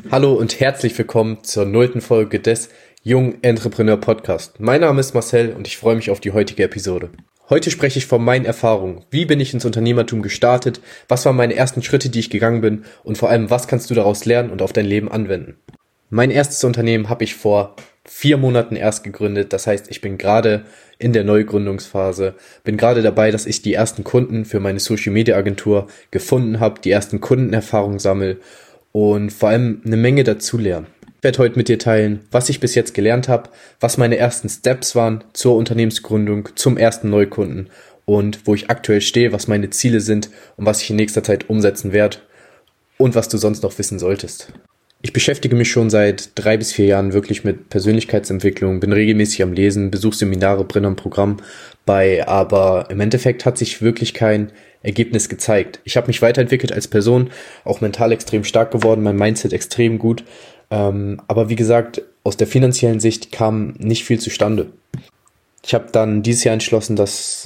Hallo und herzlich willkommen zur 0. Folge des Jung Entrepreneur Podcast. Mein Name ist Marcel und ich freue mich auf die heutige Episode. Heute spreche ich von meinen Erfahrungen. Wie bin ich ins Unternehmertum gestartet? Was waren meine ersten Schritte, die ich gegangen bin? Und vor allem, was kannst du daraus lernen und auf dein Leben anwenden? Mein erstes Unternehmen habe ich vor 4 Monaten erst gegründet. Das heißt, ich bin gerade in der Neugründungsphase, bin gerade dabei, dass ich die ersten Kunden für meine Social Media Agentur gefunden habe, die ersten Kundenerfahrungen sammle und vor allem eine Menge dazulernen. Ich werde heute mit dir teilen, was ich bis jetzt gelernt habe, was meine ersten Steps waren zur Unternehmensgründung, zum ersten Neukunden und wo ich aktuell stehe, was meine Ziele sind und was ich in nächster Zeit umsetzen werde und was du sonst noch wissen solltest. Ich beschäftige mich schon seit 3 bis 4 Jahren wirklich mit Persönlichkeitsentwicklung, bin regelmäßig am Lesen, besuche Seminare, bin am Programm bei, aber im Endeffekt hat sich wirklich kein Ergebnis gezeigt. Ich habe mich weiterentwickelt als Person, auch mental extrem stark geworden, mein Mindset extrem gut, aber wie gesagt, aus der finanziellen Sicht kam nicht viel zustande. Ich habe dann dieses Jahr entschlossen, dass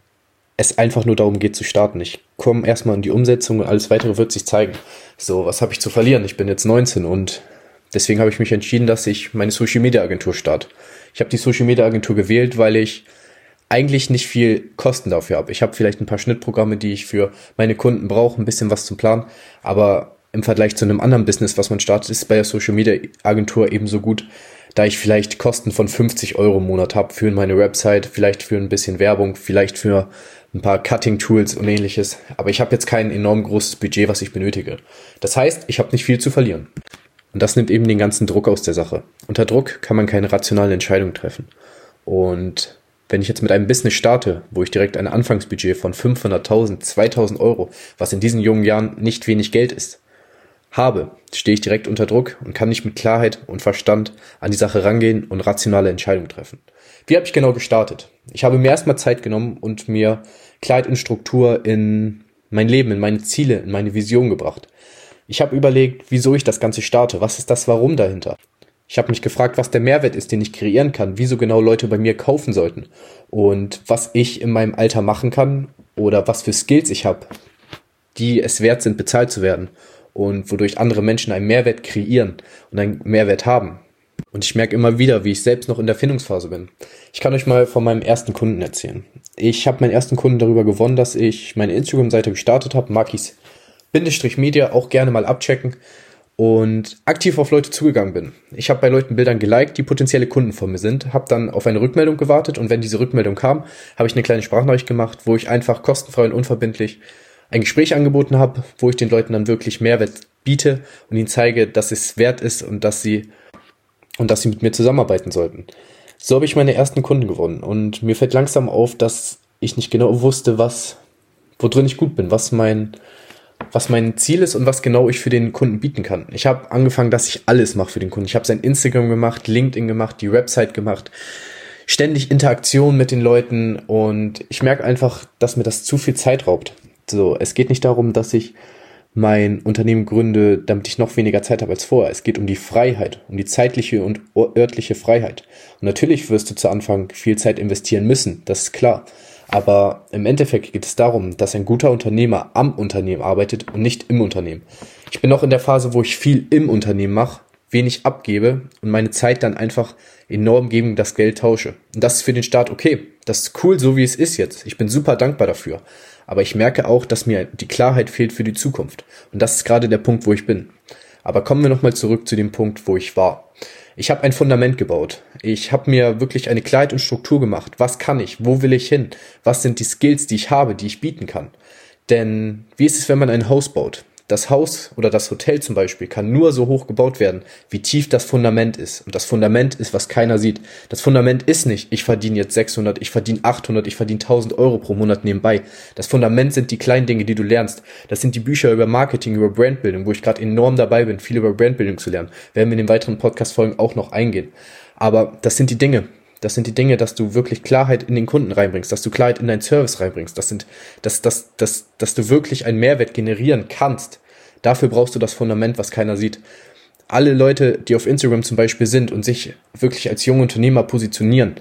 es einfach nur darum geht zu starten. Ich komme erstmal in die Umsetzung und alles Weitere wird sich zeigen. So, was habe ich zu verlieren? Ich bin jetzt 19 und deswegen habe ich mich entschieden, dass ich meine Social Media Agentur starte. Ich habe die Social Media Agentur gewählt, weil ich eigentlich nicht viel Kosten dafür habe. Ich habe vielleicht ein paar Schnittprogramme, die ich für meine Kunden brauche, ein bisschen was zum Planen, aber im Vergleich zu einem anderen Business, was man startet, ist bei der Social Media Agentur ebenso gut, da ich vielleicht Kosten von 50 Euro im Monat habe für meine Website, vielleicht für ein bisschen Werbung, vielleicht für ein paar Cutting-Tools und ähnliches. Aber ich habe jetzt kein enorm großes Budget, was ich benötige. Das heißt, ich habe nicht viel zu verlieren. Und das nimmt eben den ganzen Druck aus der Sache. Unter Druck kann man keine rationale Entscheidung treffen. Und wenn ich jetzt mit einem Business starte, wo ich direkt ein Anfangsbudget von 500.000, 2.000 Euro, was in diesen jungen Jahren nicht wenig Geld ist, habe, stehe ich direkt unter Druck und kann nicht mit Klarheit und Verstand an die Sache rangehen und rationale Entscheidungen treffen. Wie habe ich genau gestartet? Ich habe mir erstmal Zeit genommen und mir Klarheit und Struktur in mein Leben, in meine Ziele, in meine Vision gebracht. Ich habe überlegt, wieso ich das Ganze starte, was ist das Warum dahinter? Ich habe mich gefragt, was der Mehrwert ist, den ich kreieren kann, wieso genau Leute bei mir kaufen sollten und was ich in meinem Alter machen kann oder was für Skills ich habe, die es wert sind, bezahlt zu werden und wodurch andere Menschen einen Mehrwert kreieren und einen Mehrwert haben. Und ich merke immer wieder, wie ich selbst noch in der Findungsphase bin. Ich kann euch mal von meinem ersten Kunden erzählen. Ich habe meinen ersten Kunden darüber gewonnen, dass ich meine Instagram-Seite gestartet habe, Markis-Media, auch gerne mal abchecken und aktiv auf Leute zugegangen bin. Ich habe bei Leuten Bildern geliked, die potenzielle Kunden von mir sind, habe dann auf eine Rückmeldung gewartet und wenn diese Rückmeldung kam, habe ich eine kleine Sprachnachricht gemacht, wo ich einfach kostenfrei und unverbindlich ein Gespräch angeboten habe, wo ich den Leuten dann wirklich Mehrwert biete und ihnen zeige, dass es wert ist und dass sie mit mir zusammenarbeiten sollten. So habe ich meine ersten Kunden gewonnen und mir fällt langsam auf, dass ich nicht genau wusste, worin ich gut bin, was mein Ziel ist und was genau ich für den Kunden bieten kann. Ich habe angefangen, dass ich alles mache für den Kunden. Ich habe sein Instagram gemacht, LinkedIn gemacht, die Website gemacht, ständig Interaktion mit den Leuten und ich merke einfach, dass mir das zu viel Zeit raubt. So, es geht nicht darum, dass ich mein Unternehmen gründe, damit ich noch weniger Zeit habe als vorher. Es geht um die Freiheit, um die zeitliche und örtliche Freiheit. Und natürlich wirst du zu Anfang viel Zeit investieren müssen, das ist klar. Aber im Endeffekt geht es darum, dass ein guter Unternehmer am Unternehmen arbeitet und nicht im Unternehmen. Ich bin noch in der Phase, wo ich viel im Unternehmen mache, wenig abgebe und meine Zeit dann einfach enorm gegen das Geld tausche. Und das ist für den Start okay. Das ist cool, so wie es ist jetzt. Ich bin super dankbar dafür. Aber ich merke auch, dass mir die Klarheit fehlt für die Zukunft. Und das ist gerade der Punkt, wo ich bin. Aber kommen wir nochmal zurück zu dem Punkt, wo ich war. Ich habe ein Fundament gebaut. Ich habe mir wirklich eine Klarheit und Struktur gemacht. Was kann ich? Wo will ich hin? Was sind die Skills, die ich habe, die ich bieten kann? Denn wie ist es, wenn man ein Haus baut? Das Haus oder das Hotel zum Beispiel kann nur so hoch gebaut werden, wie tief das Fundament ist. Und das Fundament ist, was keiner sieht. Das Fundament ist nicht, ich verdiene jetzt 600, ich verdiene 800, ich verdiene 1000 Euro pro Monat nebenbei. Das Fundament sind die kleinen Dinge, die du lernst. Das sind die Bücher über Marketing, über Brandbuilding, wo ich gerade enorm dabei bin, viel über Brandbuilding zu lernen. Werden wir in den weiteren Podcast-Folgen auch noch eingehen. Aber das sind die Dinge. Das sind die Dinge, dass du wirklich Klarheit in den Kunden reinbringst, dass du Klarheit in deinen Service reinbringst, dass du wirklich einen Mehrwert generieren kannst. Dafür brauchst du das Fundament, was keiner sieht. Alle Leute, die auf Instagram zum Beispiel sind und sich wirklich als junge Unternehmer positionieren,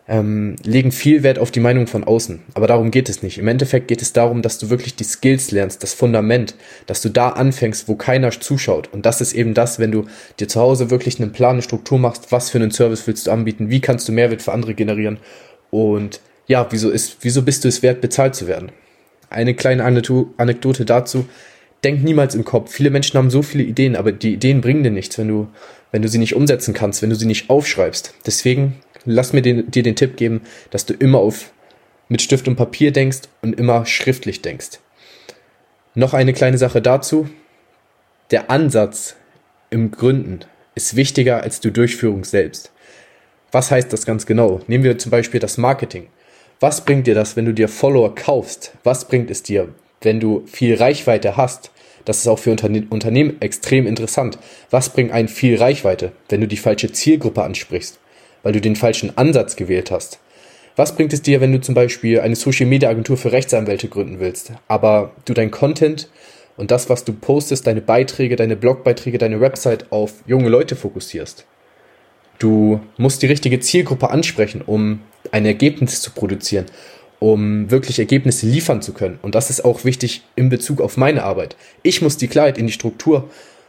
legen viel Wert auf die Meinung von außen. Aber darum geht es nicht. Im Endeffekt geht es darum, dass du wirklich die Skills lernst, das Fundament, dass du da anfängst, wo keiner zuschaut. Und das ist eben das, wenn du dir zu Hause wirklich einen Plan, eine Struktur machst, was für einen Service willst du anbieten, wie kannst du Mehrwert für andere generieren und ja, wieso bist du es wert, bezahlt zu werden? Eine kleine Anekdote dazu. Denk niemals im Kopf. Viele Menschen haben so viele Ideen, aber die Ideen bringen dir nichts, wenn du sie nicht umsetzen kannst, wenn du sie nicht aufschreibst. Deswegen lass mir dir den Tipp geben, dass du immer mit Stift und Papier denkst und immer schriftlich denkst. Noch eine kleine Sache dazu. Der Ansatz im Gründen ist wichtiger als die Durchführung selbst. Was heißt das ganz genau? Nehmen wir zum Beispiel das Marketing. Was bringt dir das, wenn du dir Follower kaufst? Was bringt es dir, wenn du viel Reichweite hast? Das ist auch für Unternehmen extrem interessant. Was bringt einen viel Reichweite, wenn du die falsche Zielgruppe ansprichst, weil du den falschen Ansatz gewählt hast? Was bringt es dir, wenn du zum Beispiel eine Social-Media-Agentur für Rechtsanwälte gründen willst, aber du dein Content und das, was du postest, deine Beiträge, deine Blogbeiträge, deine Website auf junge Leute fokussierst? Du musst die richtige Zielgruppe ansprechen, um ein Ergebnis zu produzieren, um wirklich Ergebnisse liefern zu können. Und das ist auch wichtig in Bezug auf meine Arbeit. Ich muss die Klarheit in die Struktur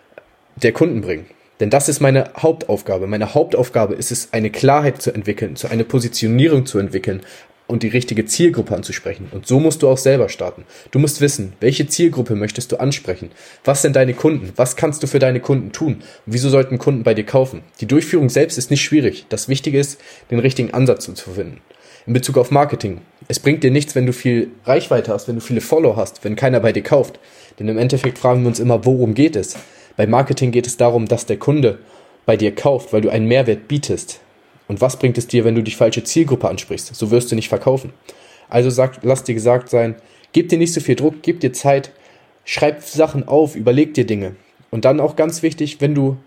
der Kunden bringen. Denn das ist meine Hauptaufgabe. Meine Hauptaufgabe ist es, eine Klarheit zu entwickeln, eine Positionierung zu entwickeln und die richtige Zielgruppe anzusprechen. Und so musst du auch selber starten. Du musst wissen, welche Zielgruppe möchtest du ansprechen? Was sind deine Kunden? Was kannst du für deine Kunden tun? Und wieso sollten Kunden bei dir kaufen? Die Durchführung selbst ist nicht schwierig. Das Wichtige ist, den richtigen Ansatz zu finden. In Bezug auf Marketing. Es bringt dir nichts, wenn du viel Reichweite hast, wenn du viele Follower hast, wenn keiner bei dir kauft. Denn im Endeffekt fragen wir uns immer, worum geht es? Bei Marketing geht es darum, dass der Kunde bei dir kauft, weil du einen Mehrwert bietest. Und was bringt es dir, wenn du die falsche Zielgruppe ansprichst? So wirst du nicht verkaufen. Also lass dir gesagt sein, gib dir nicht so viel Druck, gib dir Zeit, schreib Sachen auf, überleg dir Dinge. Und dann auch ganz wichtig,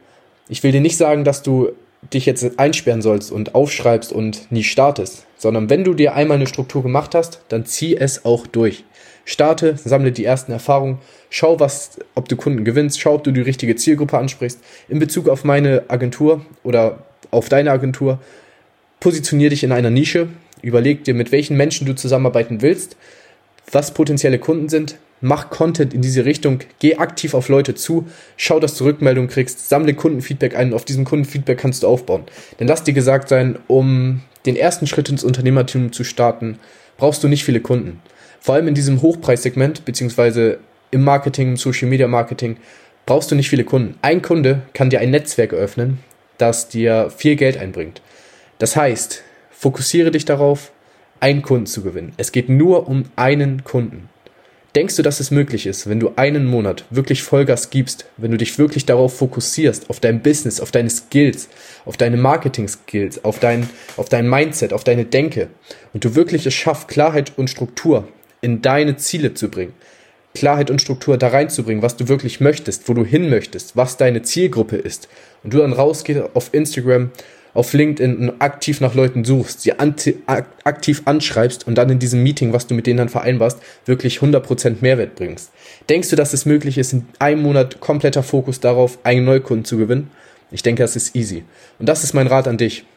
ich will dir nicht sagen, dass du dich jetzt einsperren sollst und aufschreibst und nie startest, sondern wenn du dir einmal eine Struktur gemacht hast, dann zieh es auch durch. Starte, sammle die ersten Erfahrungen, schau, ob du Kunden gewinnst, schau, ob du die richtige Zielgruppe ansprichst. In Bezug auf meine Agentur oder auf deine Agentur, positionier dich in einer Nische, überleg dir, mit welchen Menschen du zusammenarbeiten willst, was potenzielle Kunden sind, mach Content in diese Richtung, geh aktiv auf Leute zu, schau, dass du Rückmeldungen kriegst, sammle Kundenfeedback ein und auf diesem Kundenfeedback kannst du aufbauen. Denn lass dir gesagt sein, um den ersten Schritt ins Unternehmertum zu starten, brauchst du nicht viele Kunden. Vor allem in diesem Hochpreissegment, beziehungsweise im Marketing, im Social Media Marketing, brauchst du nicht viele Kunden. Ein Kunde kann dir ein Netzwerk eröffnen, das dir viel Geld einbringt. Das heißt, fokussiere dich darauf, einen Kunden zu gewinnen. Es geht nur um einen Kunden. Denkst du, dass es möglich ist, wenn du einen Monat wirklich Vollgas gibst, wenn du dich wirklich darauf fokussierst, auf dein Business, auf deine Skills, auf deine Marketing-Skills, auf dein Mindset, auf deine Denke und du wirklich es schaffst, Klarheit und Struktur in deine Ziele zu bringen, Klarheit und Struktur da reinzubringen, was du wirklich möchtest, wo du hin möchtest, was deine Zielgruppe ist und du dann rausgehst auf Instagram, auf LinkedIn und aktiv nach Leuten suchst, sie aktiv anschreibst und dann in diesem Meeting, was du mit denen dann vereinbarst, wirklich 100% Mehrwert bringst. Denkst du, dass es möglich ist, in einem Monat kompletter Fokus darauf, einen Neukunden zu gewinnen? Ich denke, das ist easy. Und das ist mein Rat an dich.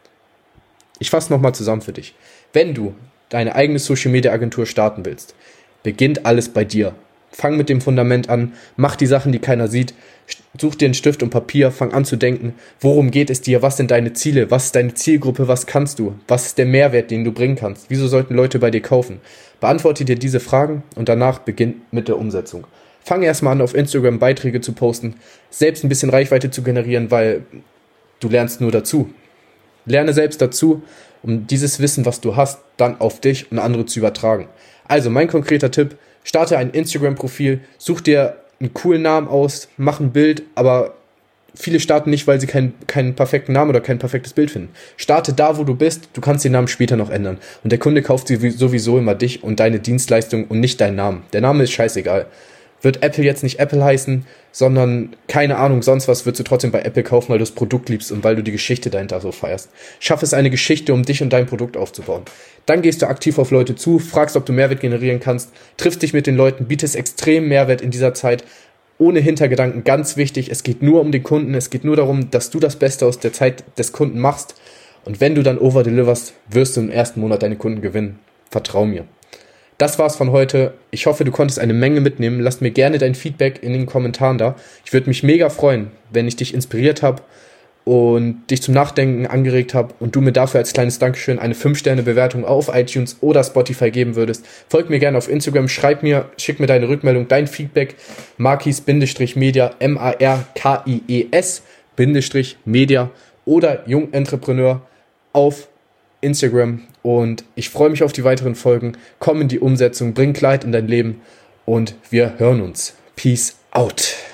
Ich fasse nochmal zusammen für dich. Wenn du deine eigene Social-Media-Agentur starten willst, beginnt alles bei dir. Fang mit dem Fundament an, mach die Sachen, die keiner sieht, such dir einen Stift und Papier, fang an zu denken, worum geht es dir, was sind deine Ziele, was ist deine Zielgruppe, was kannst du, was ist der Mehrwert, den du bringen kannst, wieso sollten Leute bei dir kaufen? Beantworte dir diese Fragen und danach beginn mit der Umsetzung. Fang erstmal an, auf Instagram Beiträge zu posten, selbst ein bisschen Reichweite zu generieren, weil du lernst nur dazu. Lerne selbst dazu, um dieses Wissen, was du hast, dann auf dich und andere zu übertragen. Also mein konkreter Tipp, starte ein Instagram-Profil, such dir einen coolen Namen aus, mach ein Bild, aber viele starten nicht, weil sie keinen perfekten Namen oder kein perfektes Bild finden. Starte da, wo du bist, du kannst den Namen später noch ändern. Und der Kunde kauft sowieso immer dich und deine Dienstleistung und nicht deinen Namen. Der Name ist scheißegal. Wird Apple jetzt nicht Apple heißen, sondern keine Ahnung, sonst was, würdest du trotzdem bei Apple kaufen, weil du das Produkt liebst und weil du die Geschichte dahinter so feierst. Schaff es, eine Geschichte, um dich und dein Produkt aufzubauen. Dann gehst du aktiv auf Leute zu, fragst, ob du Mehrwert generieren kannst, triffst dich mit den Leuten, bietest extrem Mehrwert in dieser Zeit, ohne Hintergedanken, ganz wichtig, es geht nur um den Kunden, es geht nur darum, dass du das Beste aus der Zeit des Kunden machst Und wenn du dann overdeliverst, wirst du im ersten Monat deine Kunden gewinnen. Vertrau mir. Das war's von heute. Ich hoffe, du konntest eine Menge mitnehmen. Lass mir gerne dein Feedback in den Kommentaren da. Ich würde mich mega freuen, wenn ich dich inspiriert habe und dich zum Nachdenken angeregt habe und du mir dafür als kleines Dankeschön eine 5-Sterne-Bewertung auf iTunes oder Spotify geben würdest. Folg mir gerne auf Instagram, schick mir deine Rückmeldung, dein Feedback, Markies-Media, Markies-Media oder Jungentrepreneur auf Instagram. Und ich freue mich auf die weiteren Folgen. Komm in die Umsetzung, bring Klarheit in dein Leben und wir hören uns. Peace out.